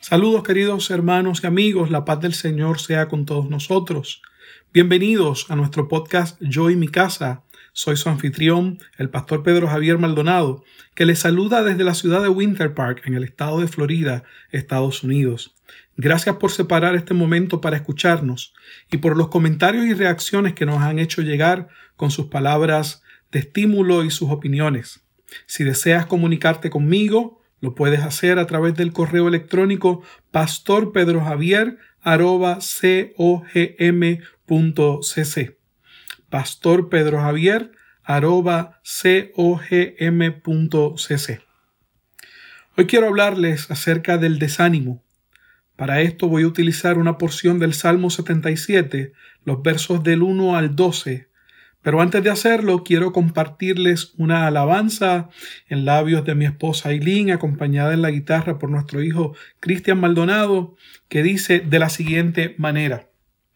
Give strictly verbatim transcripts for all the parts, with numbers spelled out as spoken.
Saludos queridos hermanos y amigos, la paz del Señor sea con todos nosotros. Bienvenidos a nuestro podcast Yo y mi casa. Soy su anfitrión, el pastor Pedro Javier Maldonado, que les saluda desde la ciudad de Winter Park, en el estado de Florida, Estados Unidos. Gracias por separar este momento para escucharnos y por los comentarios y reacciones que nos han hecho llegar con sus palabras de estímulo y sus opiniones. Si deseas comunicarte conmigo, lo puedes hacer a través del correo electrónico pastorpedrojavier arroba cogm punto cc. pastorpedrojavier arroba cogm punto cc. Hoy quiero hablarles acerca del desánimo. Para esto voy a utilizar una porción del Salmo setenta y siete, los versos del uno al doce. Pero antes de hacerlo, quiero compartirles una alabanza en labios de mi esposa Aileen, acompañada en la guitarra por nuestro hijo Cristian Maldonado, que dice de la siguiente manera.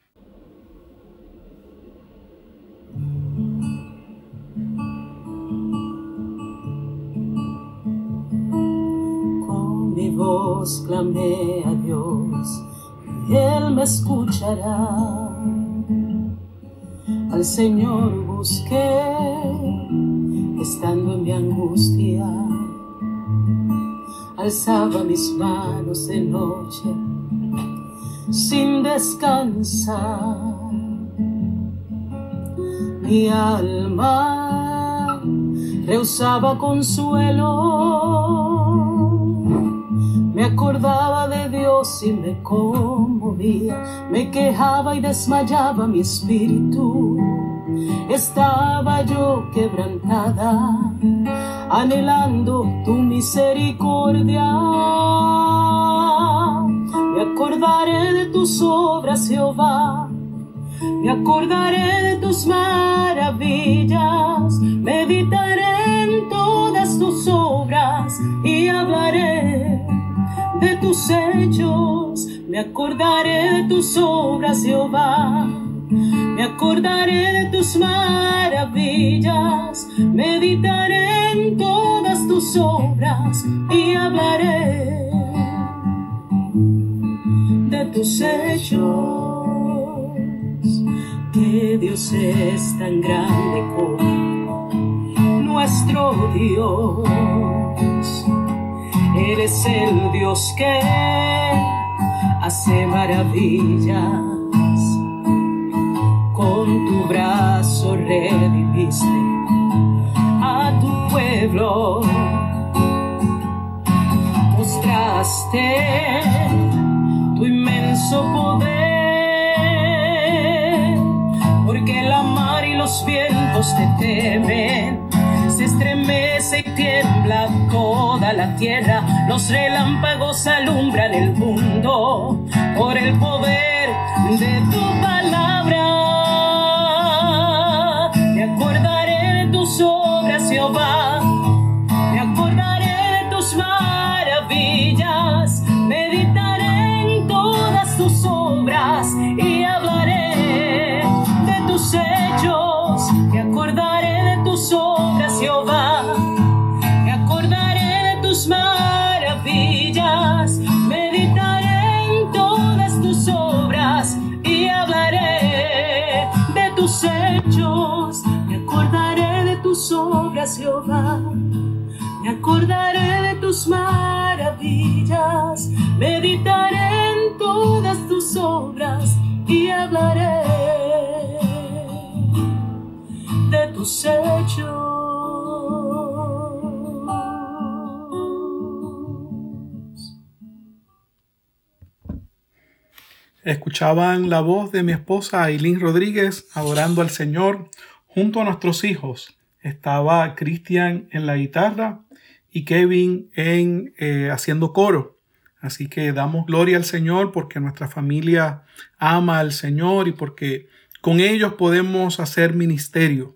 Con mi voz clamé a Dios y Él me escuchará. Al Señor busqué, estando en mi angustia. Alzaba mis manos de noche, sin descansar. Mi alma rehusaba consuelo. Me acordaba de Dios y me conmovía, me quejaba y desmayaba mi espíritu. Estaba yo quebrantada, anhelando tu misericordia. Me acordaré de tus obras, Jehová, me acordaré de tus maravillas, meditaré en todas tus obras y hablaré de tus hechos. Me acordaré de tus obras, Jehová, me acordaré de tus maravillas, meditaré en todas tus obras y hablaré de tus hechos. Que Dios es tan grande como nuestro Dios. Él es el Dios que hace maravillas. Con tu brazo redimiste a tu pueblo. Mostraste tu inmenso poder, porque la mar y los vientos te temen. Se estremece y tiembla toda la tierra, los relámpagos alumbran el mundo por el poder de tu palabra. Me acordaré de tus obras, Jehová, me acordaré de tus maravillas, meditaré en todas tus obras y hablaré de tus hechos. Me acordaré de tus obras, Jehová, me acordaré de tus maravillas, meditaré en todas tus obras y hablaré de tus hechos. Me acordaré de tus obras, Jehová, me acordaré de tus maravillas, meditaré en todas tus obras y hablaré de tus hechos. Escuchaban la voz de mi esposa Aileen Rodríguez adorando al Señor junto a nuestros hijos. Estaba Cristian en la guitarra y Kevin en, eh, haciendo coro. Así que damos gloria al Señor porque nuestra familia ama al Señor y porque con ellos podemos hacer ministerio.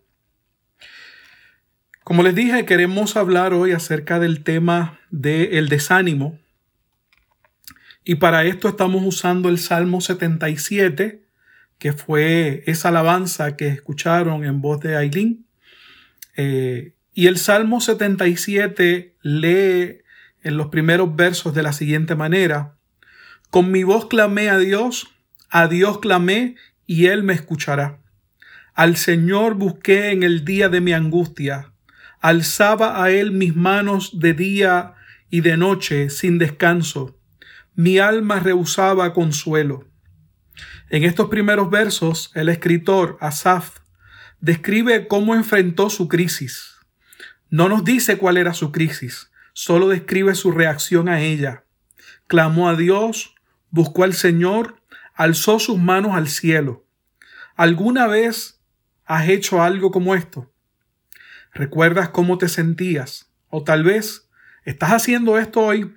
Como les dije, queremos hablar hoy acerca del tema del desánimo. Y para esto estamos usando el Salmo setenta y siete, que fue esa alabanza que escucharon en voz de Aileen. Eh, y el Salmo setenta y siete lee en los primeros versos de la siguiente manera: Con mi voz clamé a Dios, a Dios clamé y Él me escuchará. Al Señor busqué en el día de mi angustia. Alzaba a Él mis manos de día y de noche sin descanso. Mi alma rehusaba consuelo. En estos primeros versos, el escritor Asaf describe cómo enfrentó su crisis. No nos dice cuál era su crisis, solo describe su reacción a ella. Clamó a Dios, buscó al Señor, alzó sus manos al cielo. ¿Alguna vez has hecho algo como esto? ¿Recuerdas cómo te sentías? O tal vez, ¿estás haciendo esto hoy?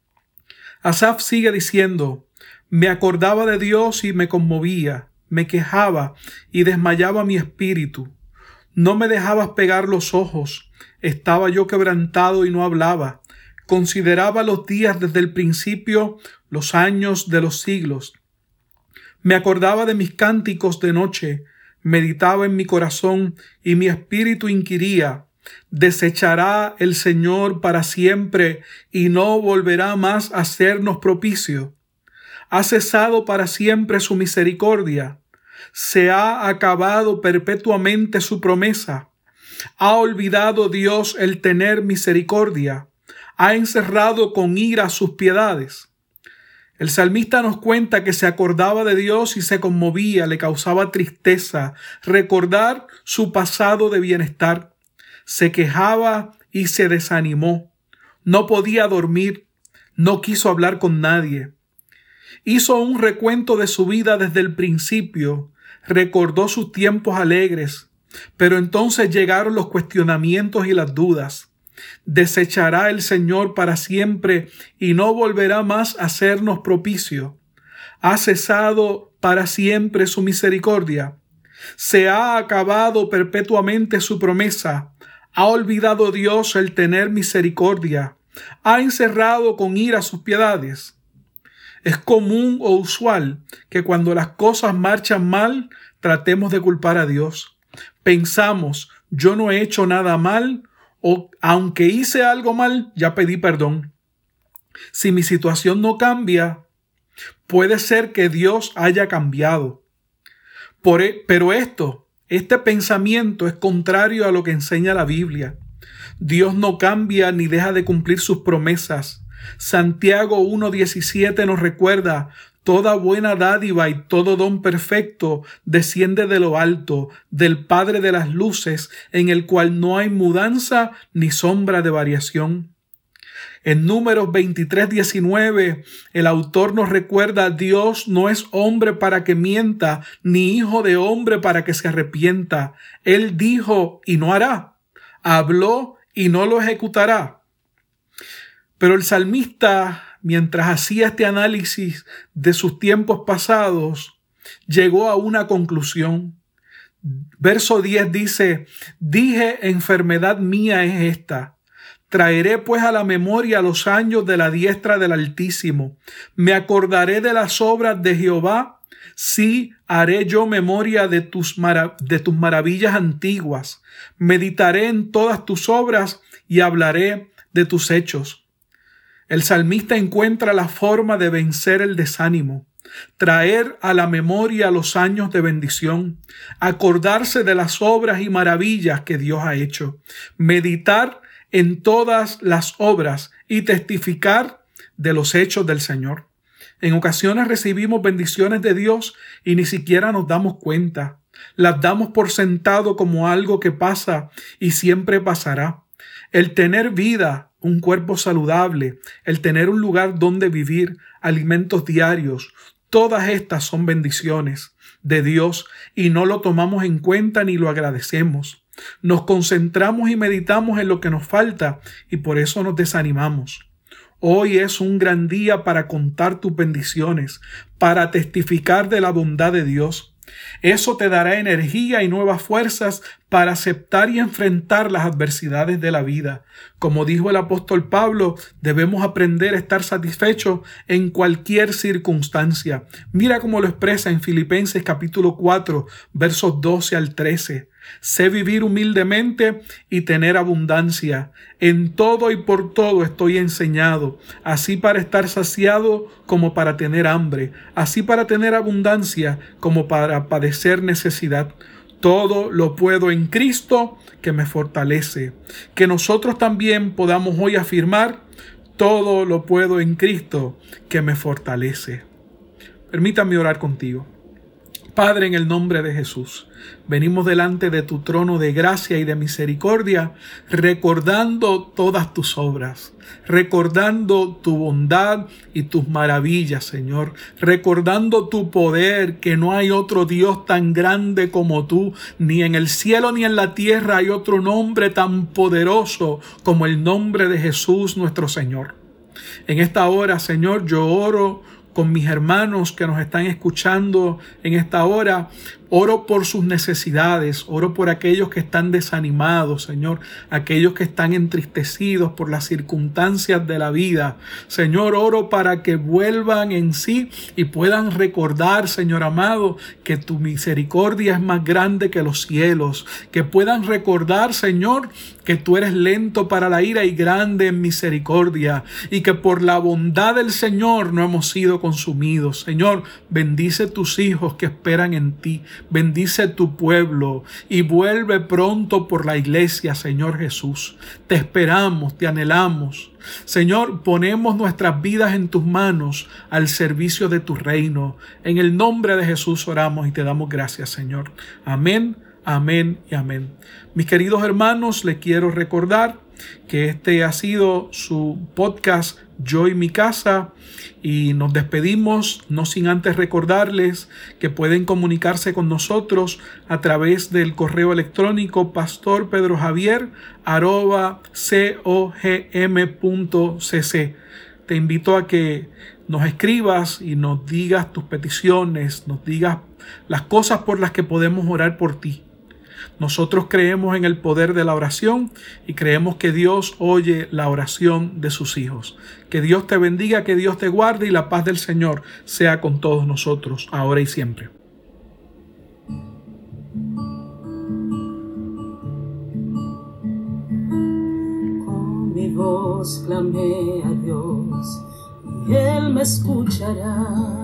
Asaf sigue diciendo, me acordaba de Dios y me conmovía, me quejaba y desmayaba mi espíritu. No me dejabas pegar los ojos, estaba yo quebrantado y no hablaba. Consideraba los días desde el principio, los años de los siglos. Me acordaba de mis cánticos de noche, meditaba en mi corazón y mi espíritu inquiría, ¿desechará el Señor para siempre y no volverá más a sernos propicio? ¿Ha cesado para siempre su misericordia? ¿Se ha acabado perpetuamente su promesa? ¿Ha olvidado Dios el tener misericordia? ¿Ha encerrado con ira sus piedades? El salmista nos cuenta que se acordaba de Dios y se conmovía, le causaba tristeza recordar su pasado de bienestar. Se quejaba y se desanimó. No podía dormir, no quiso hablar con nadie. Hizo un recuento de su vida desde el principio, recordó sus tiempos alegres, pero entonces llegaron los cuestionamientos y las dudas. ¿Desechará el Señor para siempre y no volverá más a sernos propicio? ¿Ha cesado para siempre su misericordia? ¿Se ha acabado perpetuamente su promesa? ¿Ha olvidado Dios el tener misericordia? ¿Ha encerrado con ira sus piedades? Es común o usual que cuando las cosas marchan mal, tratemos de culpar a Dios. Pensamos, yo no he hecho nada mal, o aunque hice algo mal, ya pedí perdón. Si mi situación no cambia, puede ser que Dios haya cambiado. Por, pero esto, este pensamiento es contrario a lo que enseña la Biblia. Dios no cambia ni deja de cumplir sus promesas. Santiago uno diecisiete nos recuerda, toda buena dádiva y todo don perfecto desciende de lo alto, del Padre de las luces, en el cual no hay mudanza ni sombra de variación. En Números veintitrés diecinueve, el autor nos recuerda, Dios no es hombre para que mienta, ni hijo de hombre para que se arrepienta. Él dijo y no hará, habló y no lo ejecutará. Pero el salmista, mientras hacía este análisis de sus tiempos pasados, llegó a una conclusión. Verso diez dice, dije, enfermedad mía es esta. Traeré pues a la memoria los años de la diestra del Altísimo. Me acordaré de las obras de Jehová. Sí, haré yo memoria de tus, marav- de tus maravillas antiguas. Meditaré en todas tus obras y hablaré de tus hechos. El salmista encuentra la forma de vencer el desánimo, traer a la memoria los años de bendición, acordarse de las obras y maravillas que Dios ha hecho, meditar en todas las obras y testificar de los hechos del Señor. En ocasiones recibimos bendiciones de Dios y ni siquiera nos damos cuenta. Las damos por sentado como algo que pasa y siempre pasará. El tener vida, un cuerpo saludable, el tener un lugar donde vivir, alimentos diarios, todas estas son bendiciones de Dios y no lo tomamos en cuenta ni lo agradecemos. Nos concentramos y meditamos en lo que nos falta y por eso nos desanimamos. Hoy es un gran día para contar tus bendiciones, para testificar de la bondad de Dios. Eso te dará energía y nuevas fuerzas para aceptar y enfrentar las adversidades de la vida. Como dijo el apóstol Pablo, debemos aprender a estar satisfechos en cualquier circunstancia. Mira cómo lo expresa en Filipenses capítulo cuatro, versos doce al trece. Sé vivir humildemente y tener abundancia. En todo y por todo estoy enseñado, así para estar saciado como para tener hambre, así para tener abundancia como para padecer necesidad. Todo lo puedo en Cristo que me fortalece. Que nosotros también podamos hoy afirmar: todo lo puedo en Cristo que me fortalece. Permítame orar contigo. Padre, en el nombre de Jesús, venimos delante de tu trono de gracia y de misericordia, recordando todas tus obras, recordando tu bondad y tus maravillas, Señor, recordando tu poder, que no hay otro Dios tan grande como tú, ni en el cielo ni en la tierra hay otro nombre tan poderoso como el nombre de Jesús nuestro Señor. En esta hora, Señor, yo oro con mis hermanos que nos están escuchando en esta hora. Oro por sus necesidades, oro por aquellos que están desanimados, Señor, aquellos que están entristecidos por las circunstancias de la vida. Señor, oro para que vuelvan en sí y puedan recordar, Señor amado, que tu misericordia es más grande que los cielos, que puedan recordar, Señor, que tú eres lento para la ira y grande en misericordia, y que por la bondad del Señor no hemos sido consumidos. Señor, bendice tus hijos que esperan en ti. Bendice tu pueblo y vuelve pronto por la iglesia, Señor Jesús. Te esperamos, te anhelamos. Señor, ponemos nuestras vidas en tus manos al servicio de tu reino. En el nombre de Jesús oramos y te damos gracias, Señor. Amén, amén y amén. Mis queridos hermanos, les quiero recordar que este ha sido su podcast Yo y mi casa, y nos despedimos no sin antes recordarles que pueden comunicarse con nosotros a través del correo electrónico pastorpedrojavier arroba cogm punto cc. Te invito a que nos escribas y nos digas tus peticiones, nos digas las cosas por las que podemos orar por ti. Nosotros creemos en el poder de la oración y creemos que Dios oye la oración de sus hijos. Que Dios te bendiga, que Dios te guarde y la paz del Señor sea con todos nosotros, ahora y siempre. Con mi voz clamé a Dios y Él me escuchará.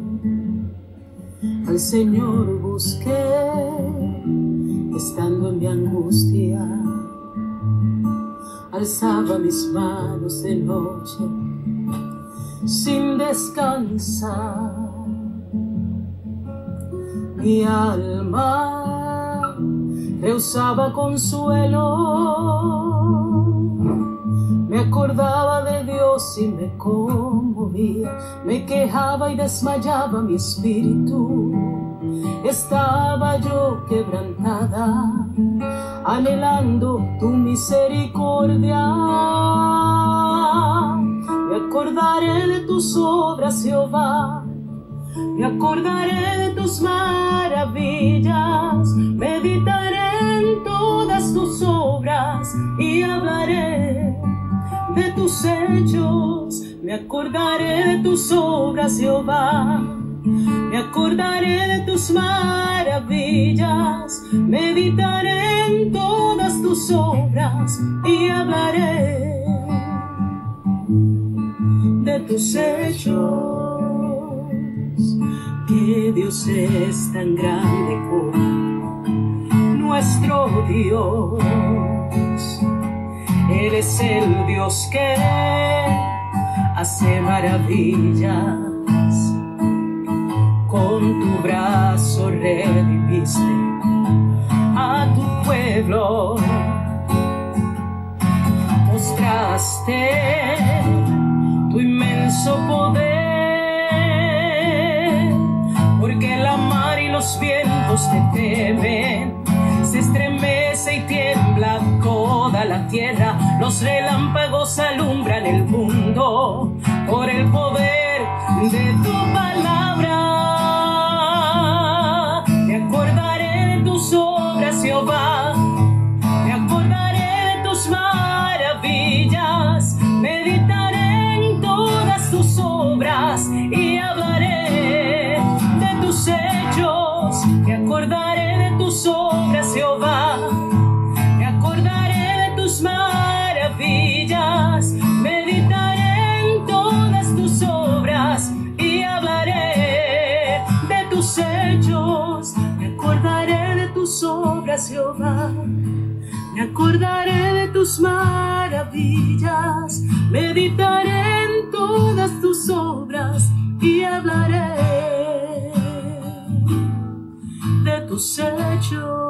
Al Señor busqué estando en mi angustia, alzaba mis manos de noche sin descansar. Mi alma rehusaba consuelo, me acordaba de Dios y me conmovía, me quejaba y desmayaba mi espíritu. Estaba yo quebrantada, anhelando tu misericordia. Me acordaré de tus obras, Jehová, me acordaré de tus maravillas, meditaré en todas tus obras y hablaré de tus hechos. Me acordaré de tus obras, Jehová, me acordaré de tus maravillas, meditaré en todas tus obras y hablaré de tus hechos. Que Dios es tan grande como nuestro Dios. Él es el Dios que hace maravillas. Con tu brazo redimiste a tu pueblo, mostraste tu inmenso poder, porque la mar y los vientos te temen, se estremece y tiembla toda la tierra, los relámpagos alumbran el mundo por el poder de tu palabra. Jehová, me acordaré de tus maravillas, meditaré en todas tus obras y hablaré de tus hechos. Me acordaré de tus obras, Jehová. tus obras, Jehová. Me acordaré de tus maravillas, meditaré en todas tus obras y hablaré de tus hechos.